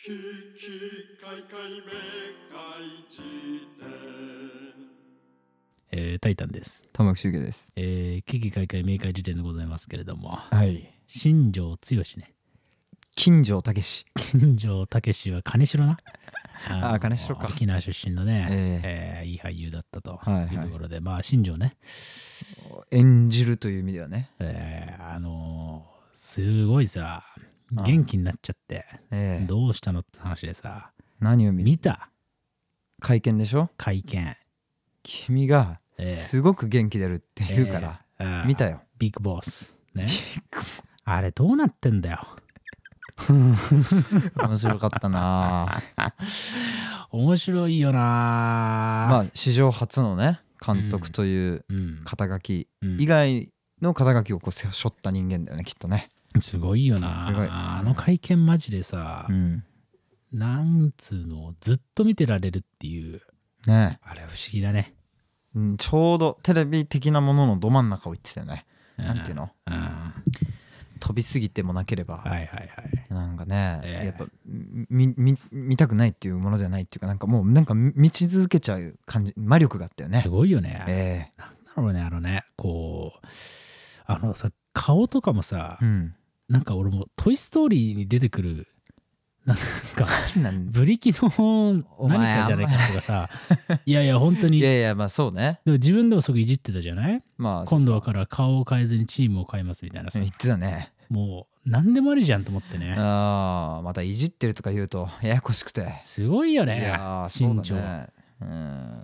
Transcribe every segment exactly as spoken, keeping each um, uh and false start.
ききかいかいめかいじ典。 えー、タイタンです。 玉木周家です。 えー、危機開会明快辞典でございますけれども、 はい。 新庄剛志ね。 金城武史。 金城武史は金城な。 ああ、金城か。 沖縄出身のね、 えーえーいい俳優だったとはいはいいうところで、まあ新庄ね、 演じるという意味ではね。 えー、あのー、すごいさ、元気になっちゃって、 ええどうしたのって話でさ、 何を見る？ 見た会見でしょ？ 会見。 君がええすごく元気出るって言うから、 えー見たよ。 ビッグボス。ね。あれどうなってんだよ。 面白かったな。 面白いよな。 まあ史上初のね監督といううん、 肩書きうん以外の肩書きをこう背負った人間だよね、きっとね。 すごいよな。 すごいあの会見マジでさ、 うん。 なんつうのずっと見てられるっていう、 ねあれ不思議だね。 え、うん、ちょうどテレビ的なもののど真ん中を言ってたよね。なんていうの？ うん、は飛びすぎてもなければ、 いはいはい。 なんかね、 ええやっぱみみ見たくないっていうものじゃないっていうか、なんかもうなんか見続けちゃう感じ、魔力があったよねす。ごいよね。 えなんだろうね、あのね、こう、あのさ、顔とかもさ、 えうんなんか俺もトイストーリーに出てくる、なんか、 なんブリキの何かじゃないかとかさ、いやいや、本当に、 いやいや、まあそうね。 でも自分でもそこいじってたじゃない？ まあ今度はから顔を変えずにチームを変えますみたいなさ、 言ってたね。 もう何でもありじゃんと思ってね。 ああ、またいじってるとか言うとややこしくて。 すごいよいね、 やー、そう身長、 だね。うん、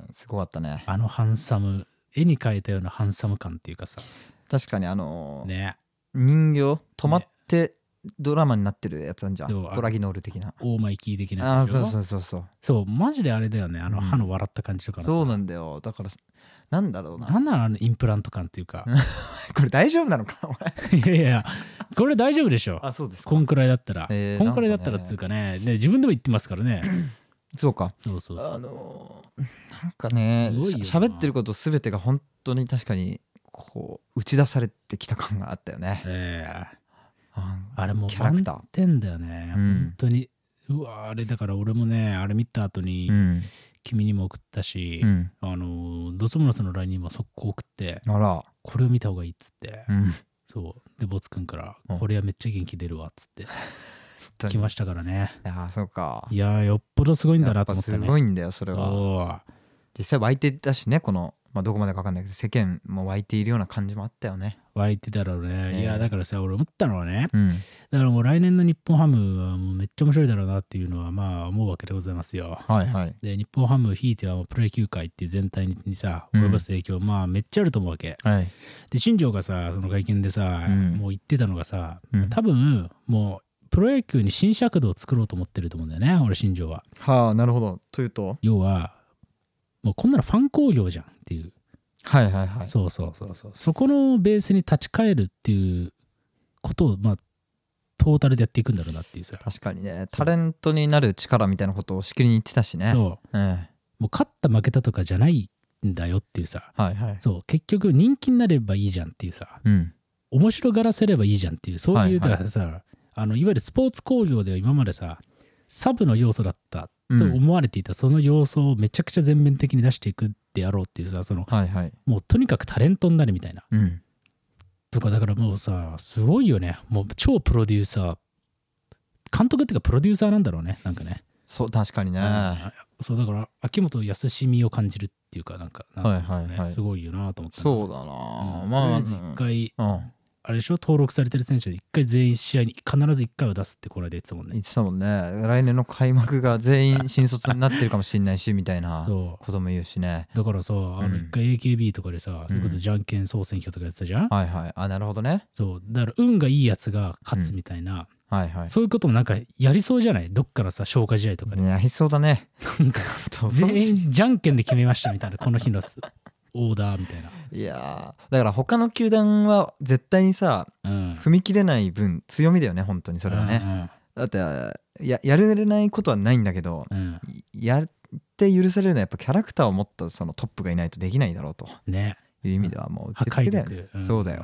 すごかったね。 あのハンサム、絵に描いたようなハンサム感っていうかさ、 確かにあのーね、 人形止まってドラマになってるやつあんじゃん。 そうあドラギノール的な。 オーマイキー的なああ、 やつでしょ。 そうそうそうそう。 そう、マジであれだよね、あのうん歯の笑った感じとかのさ、 そうなんだよ。だからなんだろうな。 なんなのあのインプラント感っていうかこれ大丈夫なのかお前。 いやいや、これ大丈夫でしょ。 あ、そうですか。 こんくらいだったら、 えーこんくらいだったらっつうかね、ね自分でも言ってますからね。 そうか。 そうそうそう。 あのーなんかね、 すごいよなしゃべってることすべてが本当に確かにこう打ち出されてきた感があったよね。 ええああれもうキャラクター満点だよね、 うん本当に。うわあれだから俺もね、あれ見た後にうん君にも送ったし、 うん。 あのドツモノスの ライン にも速攻送って、 あら。 これを見た方がいいっつって、 うん。 そうでボツくんから、 うんこれはめっちゃ元気出るわっつって来ましたからね。 いやー、そうか。 いやーよっぽどすごいんだやっぱすなと思ったね。 ごいんだよ、それは。 おー実際湧いてたしね、この、まあ、どこまでか分かんないけど、世間も湧いているような感じもあったよね。 湧いてたろうね。 ええいやだからさ、俺思ったのはね、 うん。 だからもう来年の日本ハムはもうめっちゃ面白いだろうなっていうのはまあ思うわけでございますよ。 はいはい。 で日本ハムひいてはもうプロ野球界っていう全体にさうん及ぼす影響、まあめっちゃあると思うわけはい。 で。新庄がさその会見でさ、 うんもう言ってたのがさ、 うん多分もうプロ野球に新尺度を作ろうと思ってると思うんだよね、俺新庄は。 はあ、なるほど。というと要はもうこんなのファン工業じゃんっていう、 はいはいはい。 そうそうそうそう、そこのベースに立ち返るっていうことをまあトータルでやっていくんだろうなっていうさ。 確かにね、タレントになる力みたいなことをしきりに言ってたしね。 そうええ。 もう勝った負けたとかじゃないんだよっていうさ、 はいはい。 そう結局人気になればいいじゃんっていうさ、 うん。 面白がらせればいいじゃんっていう、そういう、 はいはいだからさ、あのいわゆるスポーツ興行では今までさサブの要素だったと思われていたその要素をめちゃくちゃ全面的に出していくってやろうっていうさ、そのはいはい。 もうとにかくタレントになるみたいなうん。 とか、だからもうさすごいよね、もう超プロデューサー、監督っていうかプロデューサーなんだろうね、なんかね。 そう、確かにね。 うんはそうだから秋元康みを感じるっていうか、なんかなんかね、 はいはいはいすごいよなと思って。 そうだな、 うんまあ、 とりあえず一回、 うん。 あれでしょ、登録されてる選手で一回全員試合に必ず一回は出すってこの間言ってたもんね。 言ってたもんね。来年の開幕が全員新卒になってるかもしれないしみたいなそうことも言うしね。 だからさ、あうんの一回 エーケービー とかでさ、そういうことじゃんけん総選挙とかやってたじゃん、 はいはい。あ、なるほどね。 そうだから運がいいやつが勝つみたいな、 はいはい。 そういうこともなんかやりそうじゃない、どっからさ消化試合とかで、 やりそうだね。 なんかそう全員じゃんけんで決めましたみたいな、この日のオーダーみたいな。 いやーだから他の球団は絶対にさうん踏み切れない分強みだよね、本当にそれはね。だってややれないことはないんだけど、 うんうんやって許されるのはやっぱキャラクターを持ったそのトップがいないとできないだろうとね、 いう意味ではもう破壊受付だよね。 力、うんそうだよ。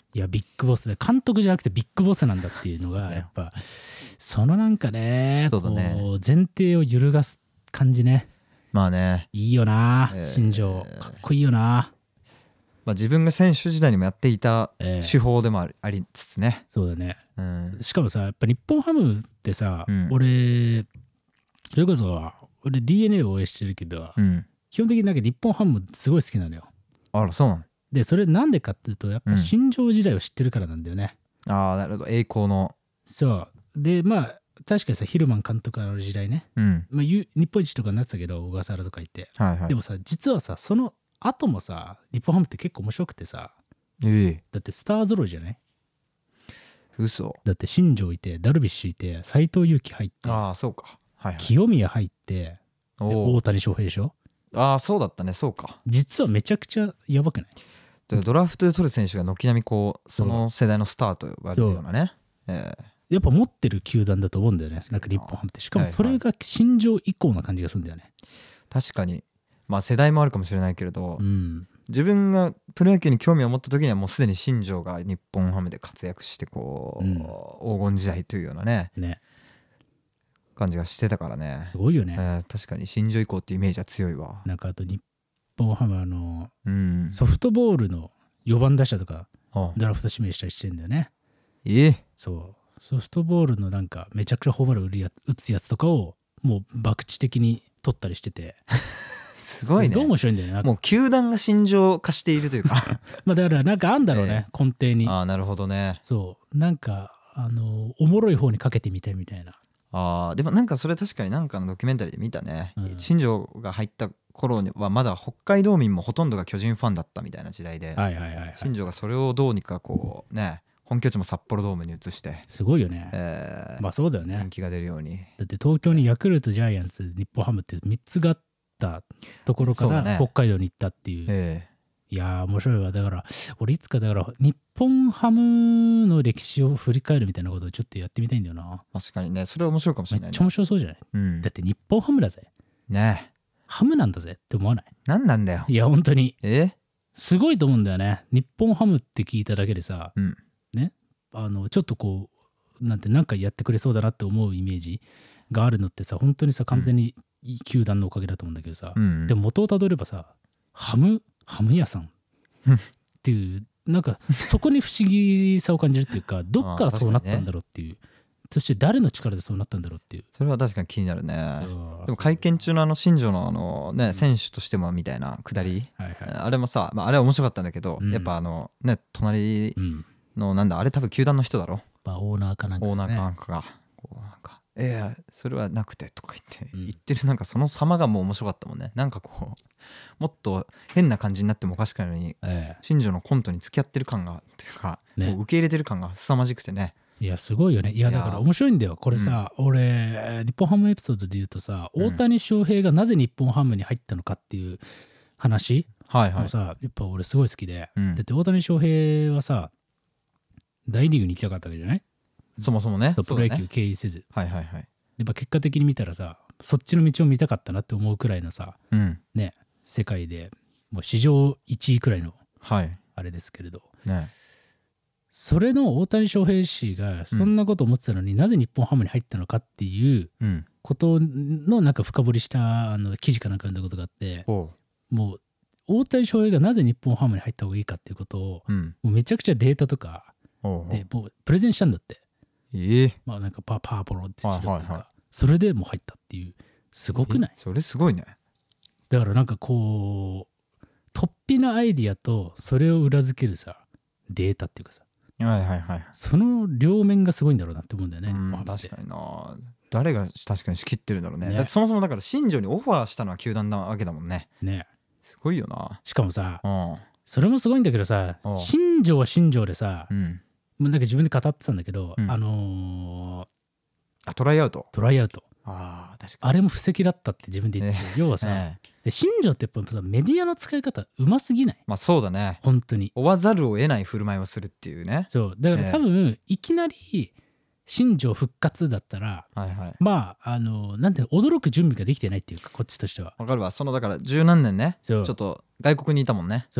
いやビッグボスで監督じゃなくてビッグボスなんだっていうのがやっぱそのなんかねそうだねこう前提を揺るがす感じね。 まあね、 いいよな、 えー新庄かっこいいよな。 まあ、自分が選手時代にもやっていたえー手法でもありありつつね、 そうだね。 うん、 しかもさやっぱ日本ハムってさ、 うん俺それこそ俺 ディーエヌエー を応援してるけど、 うん、 基本的になんか日本ハムすごい好きなのよ。 あらそうなの。 でそれなんでかっていうとやっぱ新庄時代を知ってるからなんだよね、 ああなるほど、栄光の、 そうでまあ確かにさヒルマン監督の時代ね、 うん、 まあ、ゆ日本一とかになってたけど小笠原とかいて、 はいはい、 でもさ実はさその後もさ日本ハムって結構面白くてさ、 ええだってスター揃いじゃない。 嘘。 だって新庄いてダルビッシュいて斎藤佑樹入ってああそうか、はいはい、 清宮入ってでお大谷翔平でしょ。 ああそうだったね、そうか。 実はめちゃくちゃやばくない。 だからドラフトで取る選手が軒並みこうその世代のスターと呼ばれるようなね、ええやっぱ持ってる球団だと思うんだよねなんか日本ハムって。しかもそれが新庄以降な感じがするんだよね。 確かにまあ世代もあるかもしれないけれど、 うん自分がプロ野球に興味を持った時にはもうすでに新庄が日本ハムで活躍してこう、 うん黄金時代というようなねね感じがしてたからねす、ごいよね、 えー確かに新庄以降ってイメージは強いわ。 なんかあと日本ハムあのうん、 ソフトボールのよばん打者とかあドラフト指名したりしてんだよね。 ええそうソフトボールのなんかめちゃくちゃホームラン打るや打つやつとかをもう博打的に取ったりしててすごいね。 どう面白いんだよね。なんかもう球団が新庄化しているというかまあだからなんかあんだろうね、根底に。 ああなるほどね。 そうなんかあのおもろい方にかけてみたいみたいな。 あーでもなんかそれ確かになんかのドキュメンタリーで見たね、 うん新庄が入った頃にはまだ北海道民もほとんどが巨人ファンだったみたいな時代で、 はいはいはい、はい、 新庄がそれをどうにかこうね本拠地も札幌ドームに移して、 すごいよね。 えーまあそうだよね人。気が出るように。 だって東京にヤクルトジャイアンツ日本ハムってみっつがあったところからそうだね北海道に行ったっていう。 えいやー面白いわ。だから俺いつかだから日本ハムの歴史を振り返るみたいなことをちょっとやってみたいんだよな。 ー確かにねそれは面白いかもしれないね。 めっちゃ面白そうじゃない。 うんだって日本ハムだぜ。 ねハムなんだぜって思わない？ 何なんだよ。 いや本当にえすごいと思うんだよね。日本ハムって聞いただけでさ、 うんねあのちょっとこうなんてなんかやってくれそうだなって思うイメージがあるのってさ本当にさ完全にいい球団のおかげだと思うんだけどさ、 うんでも元をたどればさハムハム屋さんっていうなんかそこに不思議さを感じるっていうかどっからそうなったんだろうっていう、そして誰の力でそうなったんだろうっていう。 それは確かに気になるね。 うんでも会見中のあの新庄のあのね選手としてもみたいなくだり、 はいはい、 あれもさ、まあ、あれは面白かったんだけど、 うんやっぱあのね隣うんのなんだあれ多分球団の人だろ、 まあ、オーナーかなんか、ね、 オーナーかなんかがこうなんか「えやそれはなくて」とか言って、 うん言ってるなんかその様がもう面白かったもんね。なんかこうもっと変な感じになってもおかしくないのにえ新庄のコントに付き合ってる感がっていうか、 ねもう受け入れてる感が凄まじくてね。 えいやすごいよね。いやいやだから面白いんだよこれさ、俺日本ハムエピソードで言うとさ、大谷翔平がなぜ日本ハムに入ったのかっていう話はいはい。 もさ、やっぱ俺すごい好きで、 うんだって大谷翔平はさ大リーグに行きたかったわけじゃない。 そもそもね。 そうプロ野球そうだね。 経由せず、 はいはいはい。 やっぱ結果的に見たらさそっちの道を見たかったなって思うくらいのさうん。 ね世界でもう史上いちいくらいのはい。 あれですけれど、 ね。 それの大谷翔平氏がそんなこと思ってたのに、なぜ日本ハムに入ったのかっていううん。 ことのなんか深掘りしたあの記事かなんか読んだことがあって、 おう。 もう大谷翔平がなぜ日本ハムに入った方がいいかっていうことをうん。 もうめちゃくちゃデータとかおうおう。 でもうプレゼンしたんだって。 ええ。 まあなんかパパーポロってはいはいはいなんかそれでもう入ったっていうすごくない？ えそれすごいね。 だからなんかこう突飛なアイディアとそれを裏付けるさデータっていうかさはいはいはい。 その両面がすごいんだろうなって思うんだよね。 うん日本ハムって確かにな。誰が確かに仕切ってるんだろうね。 ねだってそもそもだから新庄にオファーしたのは球団なわけだもんね。 ね。 すごいよな。 しかもさうん。 それもすごいんだけどさうん新庄は新庄でさうん。 もうなんか自分で語ってたんだけど、 うんあのーあトライアウト。 トライアウトああ確かあれも布石だったって自分で言ってて、 ね要はさ、 に。ねえで新庄ってやっぱさメディアの使い方うますぎない？ まあそうだね。 本当に。 追わざるを得ない振る舞いをするっていうね。 そうだから多分、いきなり新庄復活だったらはいはい。 まああのなんていうの驚く準備ができてないっていうかこっちとしては。 わかるわ。そのだから十何年ね。ちそうょっと外国にいたもんね。 そう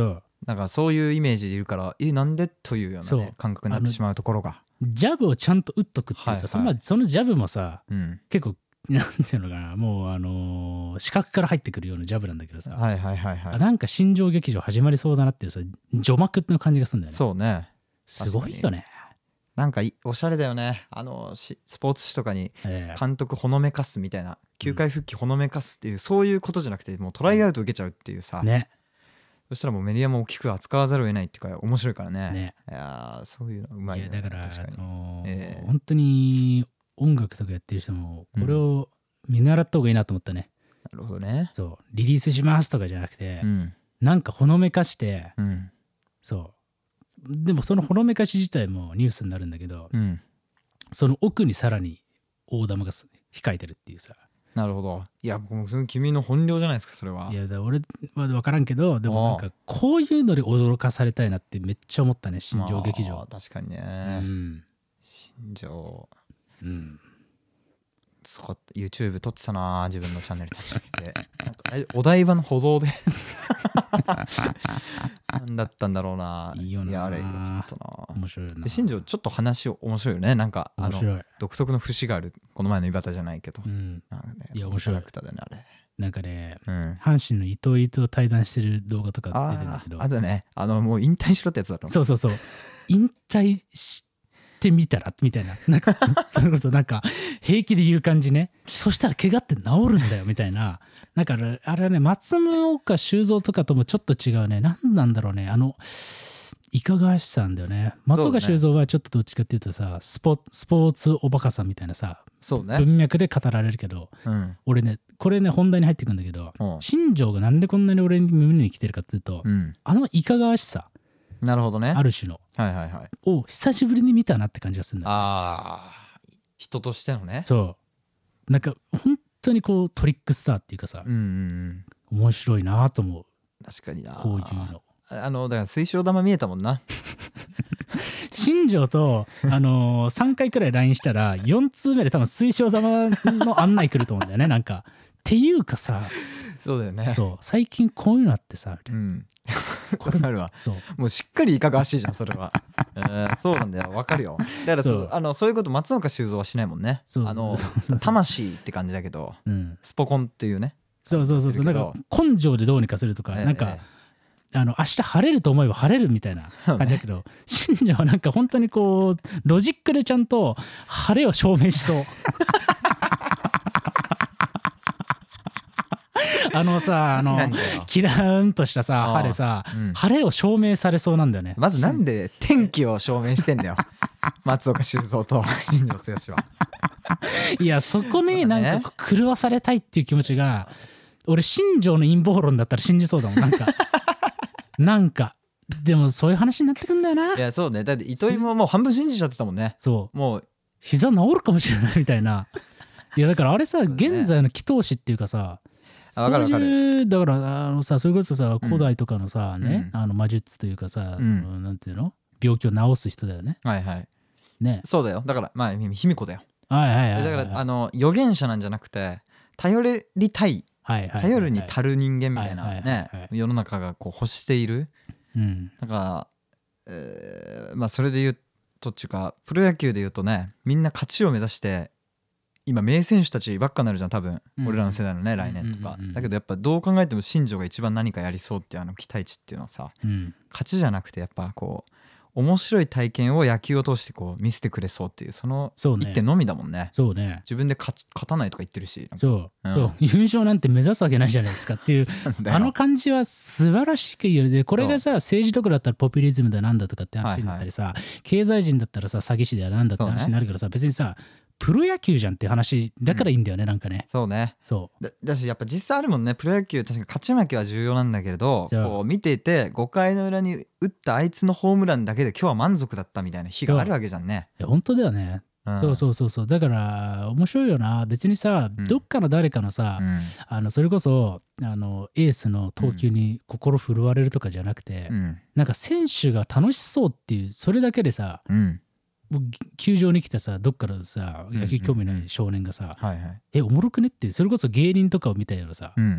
だからそういうイメージでいるからえなんでというような、ね、感覚になってしまうところがジャブをちゃんと打っとくっていうさ、 はいはいそのそのジャブもさうん結構なんていうのかなもうあのー視覚から入ってくるようなジャブなんだけどさ、 はいはいはいはいあなんか新庄劇場始まりそうだなっていうさ序幕の感じがするんだよね。 そうねすごいよね。 なんかいおしゃれだよねあのしスポーツ紙とかにええ監督ほのめかすみたいな球界復帰ほのめかすっていう、そういうことじゃなくてもうトライアウト受けちゃうっていうさ、 ねそしたらもうメディアも大きく扱わざるを得ないっていうか面白いからねねいやーそういうのうまいよねいやだから、 確かにあのーええ本当に音楽とかやってる人もこれを見習った方がいいなと思ったね。 なるほどねそうリリースしますとかじゃなくて、 うんなんかほのめかしてうんそうでもそのほのめかし自体もニュースになるんだけど、 うんその奥にさらに大玉が控えてるっていうさ。 なるほどいやもうその君の本領じゃないですかそれはいやだから俺は分からんけどでもなんかこういうので驚かされたいなってめっちゃ思ったね新庄劇場。 まあ確かにうねん新庄うんそうか YouTube 撮ってたな自分のチャンネル立ち上げてなんかえお台場の歩道でなんだったんだろうないいよないやあれよかったな面白いよな。 で新庄ちょっと話面白いよねなんかあの面白い。 独特の節があるこの前の井端じゃないけど、 うんなんかねいや面白いキャラクターだねあれなんかねうん阪神の伊藤伊藤対談してる動画とか出てるんだあけどああとねあのもう引退しろってやつだろそうそうそう引退してみたらみたいななんかそういうことなんか平気で言う感じね。そしたら怪我って治るんだよみたいななんかあれはね松岡修造とかともちょっと違うね。何なんだろうねあのいかがわしさんだよね。松岡修造はちょっとどっちかっていうとさスポ、スポーツおバカさんみたいなさそうね文脈で語られるけどうん俺ねこれね本題に入ってくんだけどうん新庄がなんでこんなに俺に耳に来てるかっていうと、 うんあのいかがわしさなるほどねある種のはいはいはいを久しぶりに見たなって感じがするんだよ。 ああ人としてのねそうなんか本当にこうトリックスターっていうかさうんうんうん面白いなと思う確かになこういうの。 あのだから水晶玉見えたもんな新庄と、あのー、さんかいくらい ライン したらよん通目で多分水晶玉の案内来ると思うんだよねなんかっていうかさそうだよねそう最近こういうのあってさみたいなうんわかるわそうもうしっかりいかがわしいじゃんそれは、えー、そうなんだよわかるよだからそそうあのそういうこと松岡修造はしないもんねそうあのそうそうそう魂って感じだけどうんスポコンっていうねそうそうそうそうなんか根性でどうにかするとか、 ええなんか、あの明日晴れると思えば晴れるみたいな感じだけど、新庄はなんか本当にこうロジックでちゃんと晴れを証明しそうあのさあのなんだよキラーンとしたさああ晴れさ、 うん晴れを証明されそうなんだよね。 まずなんで天気を証明してんだよ松岡修造と新庄剛志はいやそこにそうだねなんか狂わされたいっていう気持ちが俺新庄の陰謀論だったら信じそうだもんなんかなんかでもそういう話になってくんだよな。 いやそうねだって糸井ももう半分信じちゃってたもんねそうもう膝治るかもしれないみたいないやだからあれさ、 うだね現在の祈祷師っていうかさあわかるわかるそういうだからあのさそれこそさ古代とかのさ、 うんね、 うあの魔術というかさ、 うんそのなんていうの病気を治す人だよね。 はいはいねそうだよだからまあ卑弥呼だよはいはいはいはいだからあの預言者なんじゃなくて頼りたいはいはいはい頼るに足る人間みたいはいはいはいなねはい世の中がこう欲しているうんだからえーまあそれで言うとっていうかプロ野球で言うとねみんな勝ちを目指して今名選手たちばっかなるじゃん多分、 うん俺らの世代のね来年とか、 うんうんうんうんだけどやっぱどう考えても新庄が一番何かやりそうっていうあの期待値っていうのはさうん勝ちじゃなくてやっぱこう面白い体験を野球を通してこう見せてくれそうっていうそのそうね一点のみだもんねそうね自分で勝ち勝たないとか言ってるしなんかそう,、 うんそう優勝なんて目指すわけないじゃないですかっていうなんだよあの感じは素晴らしく言うでこれがさ政治とかだったらポピュリズムだなんだとかって話になったりさ、経済人だったらさ詐欺師だよなんだって話になるからさ、別にさプロ野球じゃんって話だからいいんだよね、なんかね。 そうねそうだだしやっぱ実際あるもんねプロ野球確かに勝ち負けは重要なんだけれどそうこう見ていてごかいの裏に打ったあいつのホームランだけで今日は満足だったみたいな日があるわけじゃんね。 いや本当だよね、 うんそうそうそうそうだから面白いよな。別にさ、 うんどっかの誰かのさ、 うんあのそれこそあのエースの投球に心震われるとかじゃなくて、 うんなんか選手が楽しそうっていうそれだけでさうんもう球場に来たさどっからさうん野球興味ない少年がさ、 はいはいえおもろくねってそれこそ芸人とかを見たようなさ、 うんうん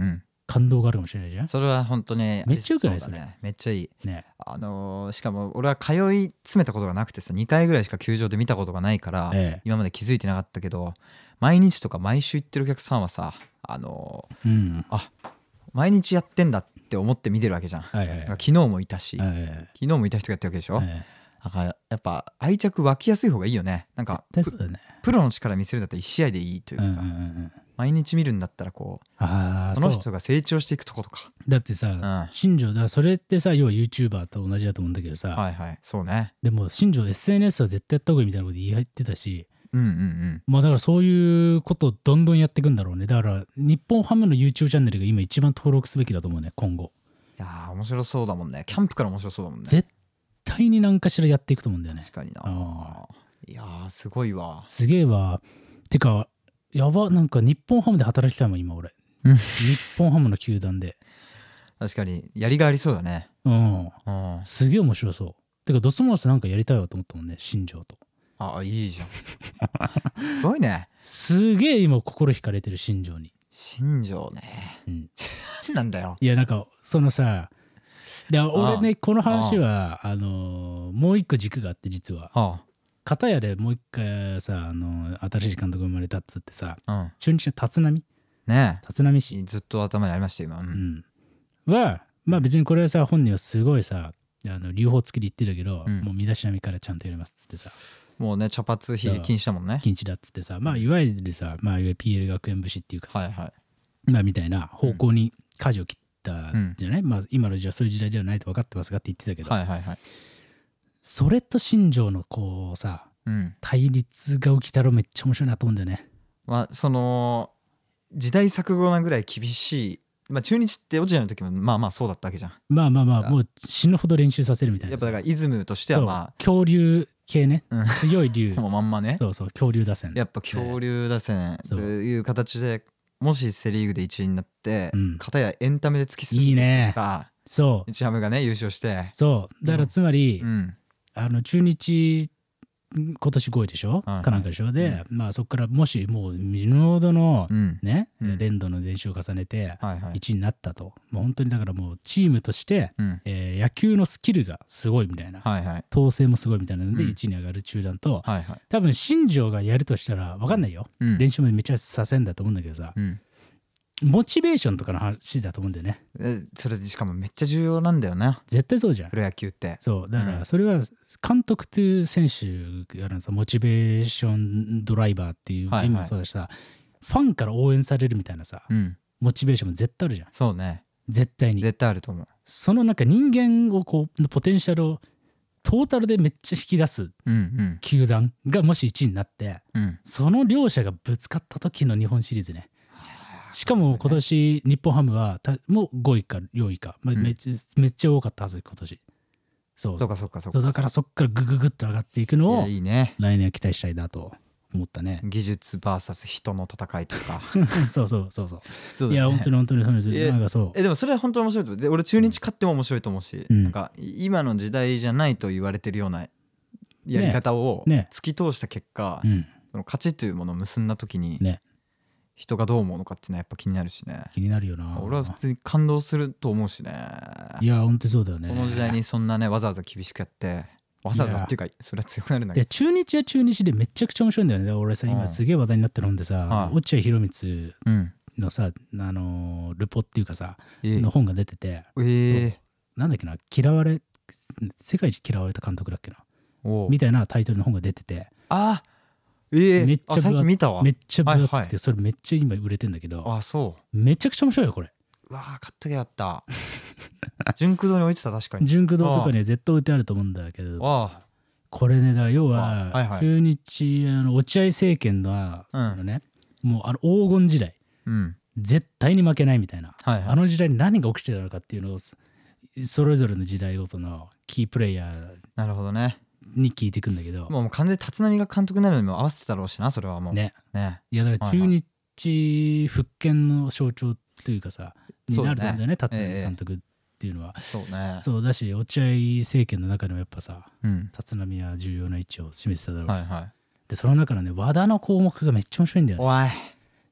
感動があるかもしれないじゃん。 それは本当にめっちゃよくないそうだね。めっちゃいい。 ね。 あのーしかも俺は通い詰めたことがなくてさ、にかいぐらいしか球場で見たことがないから、 ええ今まで気づいてなかったけど、毎日とか毎週行ってるお客さんはさ、あのーうん。 あ毎日やってんだって思って見てるわけじゃん。 はいはいはい。 昨日もいたし、 はいはい昨日もいた人がやってるわけでしょ、 はいだからやっぱ愛着湧きやすい方がいいよね。なんか絶対そうだね。 プロの力見せるんだったらいち試合でいいというかさ、 うんうんうんうん。 毎日見るんだったらこうああ、 そのそう人が成長していくとことか。 だってさ、 うん新庄だからそれってさ要は YouTuber と同じだと思うんだけどさ、 はいはい、そうね。 でも新庄 エスエヌエス は絶対やった方がいいみたいなこと言い入ってたし、 うんうんうんまあだからそういうことをどんどんやっていくんだろうね。だから日本ハムの YouTube チャンネルが今一番登録すべきだと思うね、今後。 いやー面白そうだもんね。キャンプから面白そうだもんね。 絶対に何かしらやっていくと思うんだよね。 確かにな。 あいやーすごいわ。 すげえわ。てかやば、なんか日本ハムで働きたいもん今俺。 うん日本ハムの球団で。 確かにやりがいありそうだね。 うん。 うんすげえ面白そう。てかドスモースなんかやりたいわと思ったもんね、新庄と。 あいいじゃん。すごいね。 すげえ今心惹かれてる新庄に。 新庄ね。 うん。 なんなんだよ。 いやなんかそのさ、で俺ねこの話はあのーもう一個軸があって実はあ片やでもう一回さあの新しい監督が生まれたっつってさ、 あうん中日の立浪ね立浪氏、 えずっと頭にありました今。ううんん、はまあ別にこれはさ本人はすごいさあの留保付きで言ってるけど、 うんもう身だしなみからちゃんとやりますっつってさもうね茶髪ひげ禁止だもんね。 禁止だっつってさまあいわゆるさまあいわゆる ピーエル 学園節っていうかさ、 はいはい。 まあみたいな方向に舵を切ったうんじゃない、まあ今の時代そういう時代ではないと分かってますがって言ってたけど、 はいはいはい。 それと新庄のこうさうん。 対立が起きたらめっちゃ面白いなと思うんだよね。 まあその時代錯誤なぐらい厳しい。まあ中日って落合の時もまあまあそうだったわけじゃん。 まあまあまあもう死ぬほど練習させるみたいな。 やっぱだからイズムとしてはそうま恐竜系ね、 うん強い竜あもうまんまね。 そうそう恐竜打線やっぱ恐竜打線とそういう形でもしセ・リーグでいちいになって、 うん片やエンタメで突き進んでいいねたそう日ハムがね優勝して、 そうだからつまり、 うんあの中日今年ごいでしょ、 はいはいかなんかでしょで、まあそこからもしもう死ぬほどのうんね、 うん連動の練習を重ねてはいはいいちいになったと、もう本当にだからもうチームとして、 うんえー野球のスキルがすごいみたいな、 はいはい統制もすごいみたいなのでうんいちいに上がる中団と、 はいはい多分新庄がやるとしたら分かんないよ、 うん練習もめっちゃさせんだと思うんだけどさ、 うんモチベーションとかの話だと思うんだよね。 えそれでしかもめっちゃ重要なんだよな絶対そうじゃんプ。ロ野球って。 そうだかうんらそれは監督という選手がなんかさモチベーションドライバーっていうはいはい意味もそうだしさ、ファンから応援されるみたいなさうんモチベーションも絶対あるじゃん、 そうね絶対に。 絶対あると思う。 そのなんか人間をこうのポテンシャルをトータルでめっちゃ引き出すうんうん球団がもしいちいになってうんその両者がぶつかった時の日本シリーズね。しかも今年日本ハムはたもうごいかよんいか、まあ、 うんめっちゃめっちゃ多かったはず今年。そうそうかそうかそうか。 そうだからそっからグググっと上がっていくのいをやいいね。 来年は期待したいなと思ったね。 技術 ブイエス 人の戦いとか。 そうそうそうそう。 そうだねいや本当に本当にそうです。 いやなんかそう。 えでもそれは本当に面白いと思う。で俺中日勝っても面白いと思うし、 うんなんか今の時代じゃないと言われてるようなやり方をねね突き通した結果、 うんその勝ちというものを結んだ時にね人がどう思うのかっていうのはやっぱ気になるしね。 気になるよな。 俺は普通に感動すると思うしね。 いや本当にそうだよね。 この時代にそんなねわざわざ厳しくやってわざわざっていうかそれは強くなるんだけでど。 中日は中日でめちゃくちゃ面白いんだよね。俺さうん今すげえ話題になってるんでさ、 はい落合博満うん。 のさあのールポっていうかさええの本が出てて、 ええなんだっけな嫌われ世界一嫌われた監督だっけなおうみたいなタイトルの本が出てて、 あええめっちゃあ最近見たわ。 めっちゃ分厚くて、 はいはいそれめっちゃ今売れてんだけど、 あそう。 めちゃくちゃ面白いよこれ。 うわー買っときゃやった。純駆動に置いてた確かに。 純駆動とかには絶対置いてあると思うんだけど、 あこれねだから要あははいはい中日あの落合政権のうんそのね、もうあの黄金時代うん絶対に負けないみたいな、 はいはいあの時代に何が起きてたのかっていうのをそれぞれの時代ごとのキープレイヤーなるほどね。 に聞いていくんだけど、 もう完全に立浪が監督になるのにも合わせてたろうしなそれはもうねねいやだから中日復権の象徴というかさになるんだよね立浪監督っていうのは。 そうねそうだし落合政権の中でもやっぱさうん立浪は重要な位置を占めてただろうし、 はいはいでその中のね和田の項目がめっちゃ面白いんだよね。 おい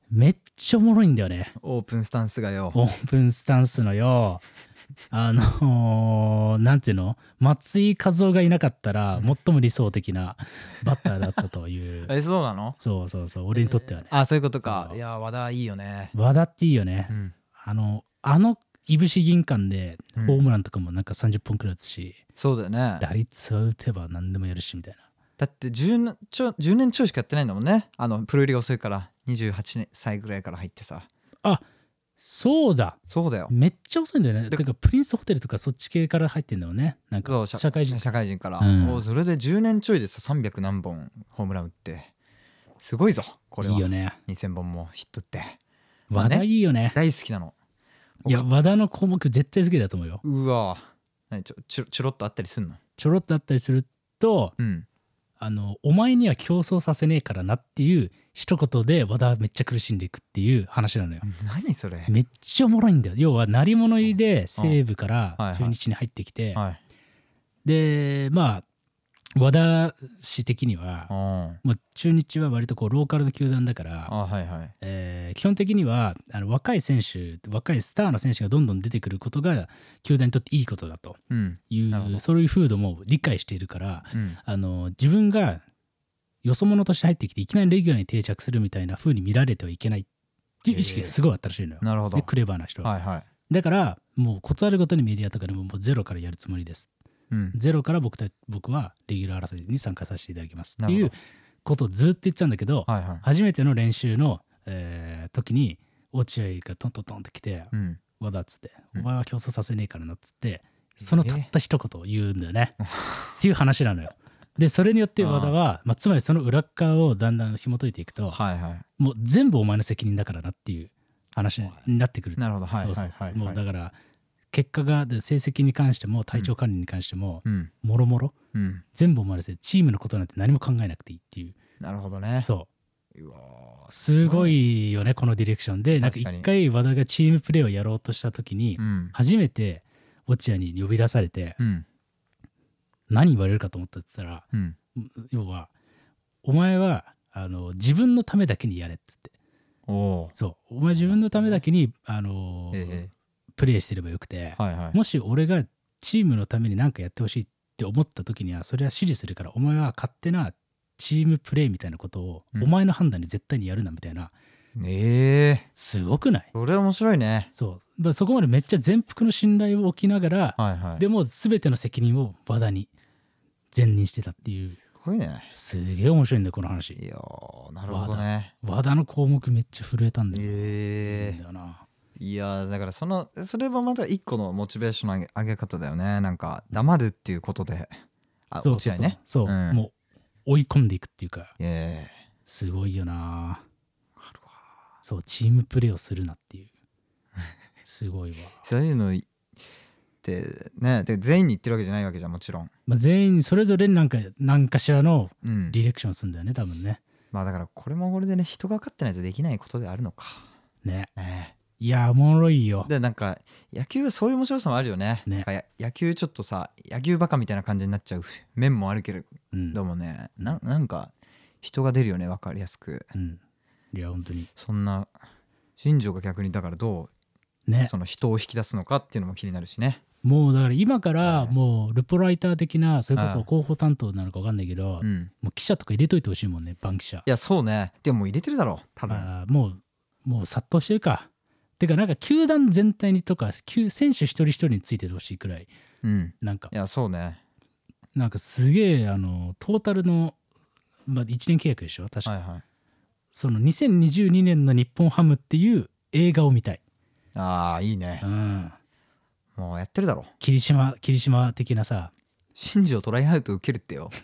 めっちゃおもろいんだよね。 オープンスタンスがよ。 オープンスタンスのよ、あのーなんていうの、松井稼頭がいなかったら最も理想的なバッターだったというえ、そうなの？ そうそうそう、俺にとってはね。 あ、そういうことか。 そういや和田いいよね。 和田っていいよね。 うんあのあのいぶし銀館でうんホームランとかもなんかさんじゅっぽんくらい打つし、 そうだよね。 打率は打てば何でもやるしみたいな。 だってじゅうねんちょじゅうねんちょいしかやってないんだもんね。あのプロ入りが遅いからにじゅうはちさいぐらいから入ってさ。 あ、そうだ、 そうだよ。 めっちゃ遅いんだよね。 でてかプリンスホテルとかそっち系から入ってんだよね。なんかそう社社会人。 社会人から、 うんもうそれでじゅうねんちょいでささんびゃく何本ホームラン打ってすごいぞこれは。 いいよね。 にせんぼんもヒットって和田いいよね。 大好きなの。 いや和田の項目絶対好きだと思うよ。 うわ何ちょちょちょろっとあったりすんの？ ちょろっとあったりすると、 うんあのお前には競争させねえからなっていう一言で和田はめっちゃ苦しんでいくっていう話なのよ。 何それ？ めっちゃおもろいんだよ。要は鳴り物入りで西武からはいはい中日に入ってきて、 はい。 でまあ和田氏的にはあもう中日は割とこうローカルの球団だから、 あはいはい。 えー基本的にはあの若い選手若いスターの選手がどんどん出てくることが球団にとっていいことだとうんいなるほどうそういう風土も理解しているから、 うんあの自分がよそ者として入ってきていきなりレギュラーに定着するみたいな風に見られてはいけないっていう意識がすごいあったらしいのよ。 なるほどでクレバーな人は、 はいはい。 だからもう断るごとにメディアとかでももうゼロからやるつもりです。 うんゼロから僕た僕はレギュラー争いに参加させていただきますっていうなるほどことをずっと言ってたんだけど、 はいはい。 初めての練習の、えー時に落合がトントントンって来てうん 「和田」っつって「 うんお前は競争させねえからな」っつってそのたった一言を言うんだよね、っていう話なのよ。でそれによって和田はまあ、つまりその裏側をだんだん紐解いていくと、 はいはい。 もう全部お前の責任だからなっていう話になってくる。 なるほどはいそうそうそうはいはい。 もうだから結果がで成績に関しても体調管理に関しても、 うんもろもろうん。 全部お前のせい、チームのことなんて何も考えなくていいっていう。 なるほどね。 そううわーすごいよねこのディレクションで。なんか確かに一回和田がチームプレーをやろうとした時に、 うん初めて落合に呼び出されて、 うん何言われるかと思ったって言ったら、 うん要はお前はあの自分のためだけにやれっつって。 おおそうお前自分のためだけにあのー。えプレーしてればよくて、 えはいはい。 もし俺がチームのために何かやってほしいって思った時にはそれは支持するから、お前は勝手なチームプレーみたいなことをうんお前の判断で絶対にやるなみたいな、 ええすごくない？ それ面白いね。 そうまあそこまでめっちゃ全幅の信頼を置きながら、 はいはい。 でも全ての責任を和田に前任してたっていう、 すごいね。 すげえ面白いんだよこの話。 いやーなるほどね。 和田の項目めっちゃ震えたんだよ、 えいいんだよな。 えいやーだからそのそれはまた一個のモチベーションの上げ上げ方だよね。なんか黙るっていうことで、あそうそうそう落合ね。 そう、 うんもう追い込んでいくっていうか、 ええすごいよな。 あるわ。 そうチームプレーをするなっていうすごいわ。 そういうのってね、で全員に言ってるわけじゃないわけじゃんもちろん。 まあ、全員それぞれになんか何かしらのうん。 ディレクションするんだよね多分ね。 まあだからこれもこれでね人が分かってないとできないことであるのか。 ねねいやおもろいよ。 でなんか野球はそういう面白さもあるよね。 ねなんかや野球ちょっとさ野球バカみたいな感じになっちゃう面もあるけれうんどもね、ななんか人が出るよね分かりやすく。 うんいや本当にそんな新庄が逆にだからどうねその人を引き出すのかっていうのも気になるしね。 もうだから今かはいらもうルポライター的なそれこはいそ広報担当なのか分かんないけど、 うん。 もう記者とか入れといてほしいもんね番記者。 いやそうね。でももう入れてるだろう多分。 あーもうもう殺到してるか。てかなんか球団全体にとか球選手一人一人についててほしいくらいうん。 なんかいやそうね。 なんかすげえあのトータルの、まあ、いちねん契約でしょ確か、 はいはい。 そのにせんにじゅうにねんの日本ハムっていう映画を見たい。 ああいいねう。んもうやってるだろ。 霧島霧島的なさ。 新庄トライアウト受けるってよ。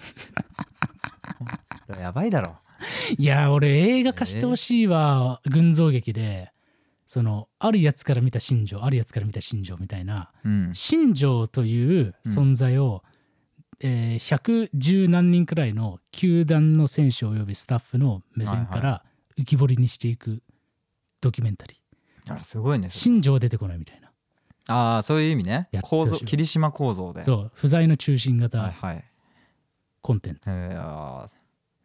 やばいだろ。 いや俺映画化してほしいわ、群像劇でそのあるやつから見た新庄あるやつから見た新庄みたいなうん。 新庄という存在を、えーひゃくじゅう何人くらいの球団の選手およびスタッフの目線かはいら浮き彫りにしていくドキュメンタリー。 あすごいね。それ新庄は出てこないみたいな。 ああそういう意味ねやってほしい構造霧島構造で。 そう不在の中心はい型はい。 コンテンツ、 えー、あーめっ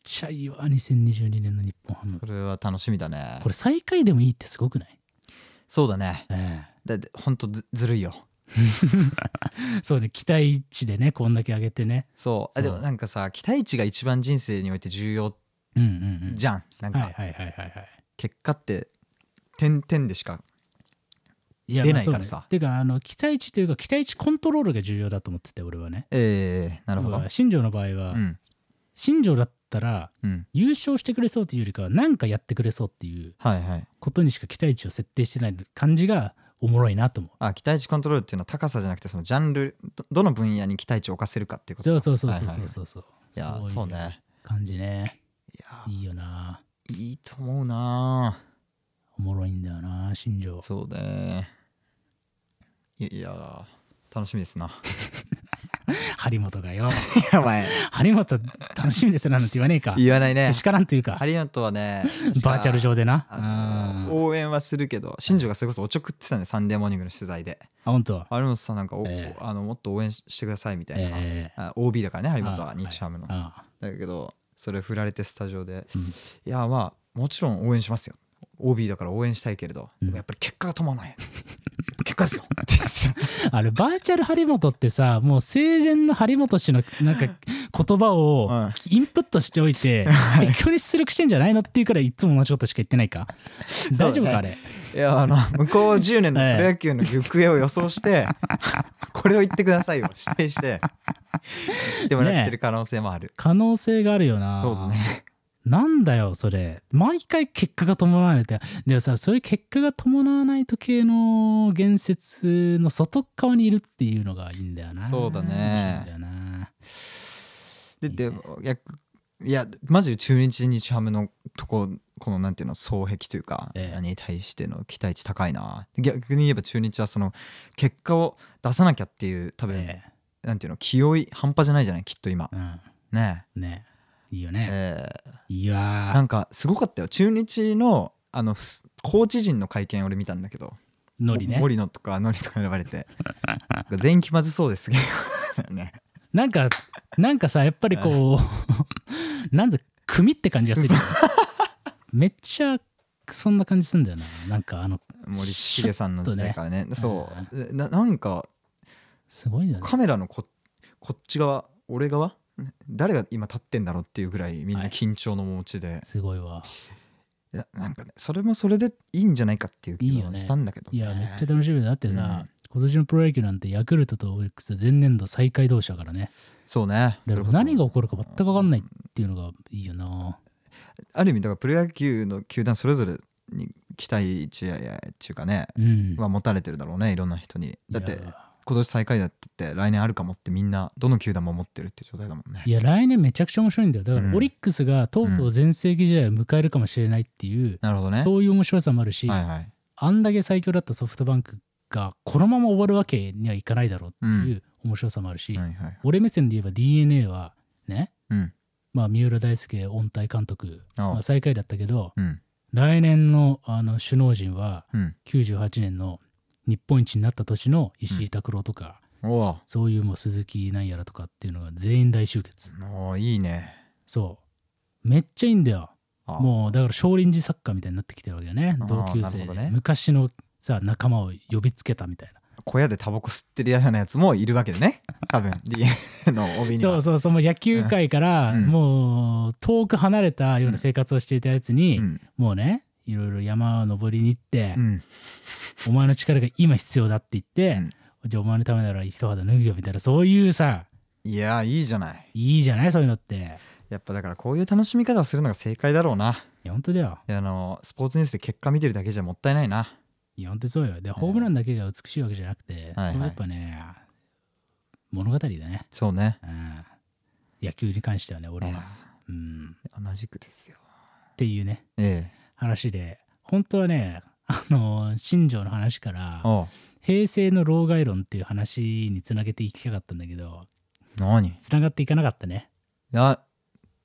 ちゃいいわにせんにじゅうにねんの日本ハム。 それは楽しみだね。 これ最下位でもいいってすごくない？ そうだね。 えだってほんと ず, ずるいよ。 えそうね、期待値でねこんだけ上げてね。 そうあでもなんかさ、期待値が一番人生において重要うんうんうんじゃん。なんかはいはいはいはいはい。 結果って点々でしかいや出ないからさまあそうねてかあの期待値というか期待値コントロールが重要だと思ってて俺はね。 ええー、なるほど。 要は新庄の場合は、 うん新庄だったらうん優勝してくれそうというよりかは何かやってくれそうっていうはいはい。 ことにしか期待値を設定してない感じがおもろいなと思う。 あ期待値コントロールっていうのは高さじゃなくてそのジャンル ど, どの分野に期待値を置かせるかっていうことそうそうそうそうはいはいそうそう。 いやそういうそうね。 感じね。 いやいいよな。 いいと思うな。 おもろいんだよな新庄。 そうね。いいや楽しみですな。 張本がよ。 やばい。 張本楽しみですななんて言わねえか。 言わないね。 しからんというか張本はねバーチャル上でな。 あうんの応援はするけど新庄がそれこそおちょくってたねサンデーモーニングの取材であ本当。 張本さんなんかお、 ええあのもっと応援してくださいみたいな、 ええあ オービー だからね張本はあ日ハムの、 あだけどそれ振られてスタジオで、 うんいやまあもちろん応援しますよ オービー だから応援したいけれど、 うんでもやっぱり結果が伴わない結果ですよって言ってたあれバーチャル張本ってさもう生前の張本氏のなんか言葉をうんインプットしておいて適当に出力してんじゃないのっていうからいつも同じことしか言ってないか。大丈夫かあれ。 いやあの向こうじゅうねんのプロ野球の行方を予想して、これを言ってくださいを指定して言ってもらってる可能性もある、 可能性があるよな。 そうだね。 なんだよそれ毎回結果が伴わないってでもさそういう結果が伴わないと系の言説の外側にいるっていうのがいいんだよな。 そうだね面白いんだよな。 ででいいね逆いやマジで中日日ハムのとここのなんていうの双璧というか、 ええに対しての期待値高いな。逆に言えば中日はその結果を出さなきゃっていう多分、 えなんていうの気負い半端じゃないじゃないきっと今えうんねねいいよえね。 えいやーなんかすごかったよ中日のあのすコーチ陣の会見俺見たんだけどノリね。 森野とかノリとか選ばれて全員気まずそうですげえねなんかなんかさやっぱりこうなんで組って感じがするよねめっちゃそんな感じするんだよな。なんかあの森重さんの時代からねシュッそうななんかすごいんだよね。 カメラの こ, こっち側俺側誰が今立ってんだろうっていうぐらいみんな緊張の面持ちで、 すごいわ。 いやなんかねそれもそれでいいんじゃないかっていう気がいいよねしたんだけど、ね、 いやめっちゃ楽しみだ。だってさ、 うん今年のプロ野球なんてヤクルトとオリックス前年度最下位同士だからね。 そうねだから何が起こるか全く分かんないっていうのがいいよな。 ある意味だからプロ野球の球団それぞれに期待値ややっていうかね、 うん。 は持たれてるだろうねいろんな人に。だっていや今年最下位だって言って来年あるかもってみんなどの球団も持ってるっていう状態だもんね。 いや来年めちゃくちゃ面白いんだよ。だかうんらオリックスがとうとう全盛期時代を迎えるかもしれないっていう、 なるほどね。 そういう面白さもあるし、 はいはい。 あんだけ最強だったソフトバンクがこのまま終わるわけにはいかないだろうっていう面白さもあるし、 はいはい。 俺目線で言えば ディーエヌエー はね、 うんまあ、三浦大輔音体監督、 ああまあ、最下位だったけどうん来年のあの首脳陣はうん。 きゅうじゅうはちねんの日本一になった年の石井拓郎とか、 おおそういうもう鈴木なんやらとかっていうのが全員大集結。 おーいいね。 そうめっちゃいいんだよ。 あもうだから少林寺サッカーみたいになってきてるわけよね。 あー同級生で、 なるほどね昔のさ仲間を呼びつけたみたいな。 小屋でタバコ吸ってるようなやつもいるわけでね多分 ディーエヌエー の帯には。 そうそうそうもう野球界からうんもう遠く離れたような生活をしていたやつに、 うんもうねいろいろ山を登りに行って、 うんお前の力が今必要だって言って、 うんじゃあお前のためなら一肌脱ぐよみたいなそういうさいやいいじゃない。 いいじゃないそういうのって。 やっぱだからこういう楽しみ方をするのが正解だろうな。 いや本当だよ。 いやあのスポーツニュースで結果見てるだけじゃもったいないな。 いや本当にそうよ。でホームランだけが美しいわけじゃなくて、 はいはいそれやっぱね物語だね、 そうね。 うん、野球に関してはね俺は、 えうん、 え同じくですよ。 っていうねええ話で本当はねあの新庄の話からおう平成の老害論っていう話につなげていきたかったんだけど何いつながっていかなかったね。 や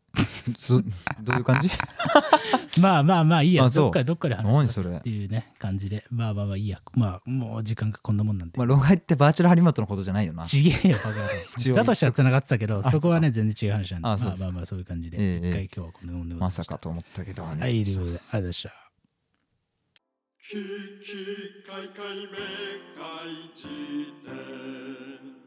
そどういう感じ？ まあまあまあいいや、 あそうどっかどっかで話し何それますっていうね感じで、まあまあまあいいや、まあもう時間がこんなもんなんで、 まあ老害ってバーチャル張本のことじゃないよな。 ちげえよバカ一応野郎だとしたら繋がってたけど、 あそこはね全然違う話なんで、まああそうですまあまあそういう感じで、 ええ一回今日はこんなもんでございまましたさかと思ったけどね。 はい、ということでありがとうございました。 ききかいかいめかい辞典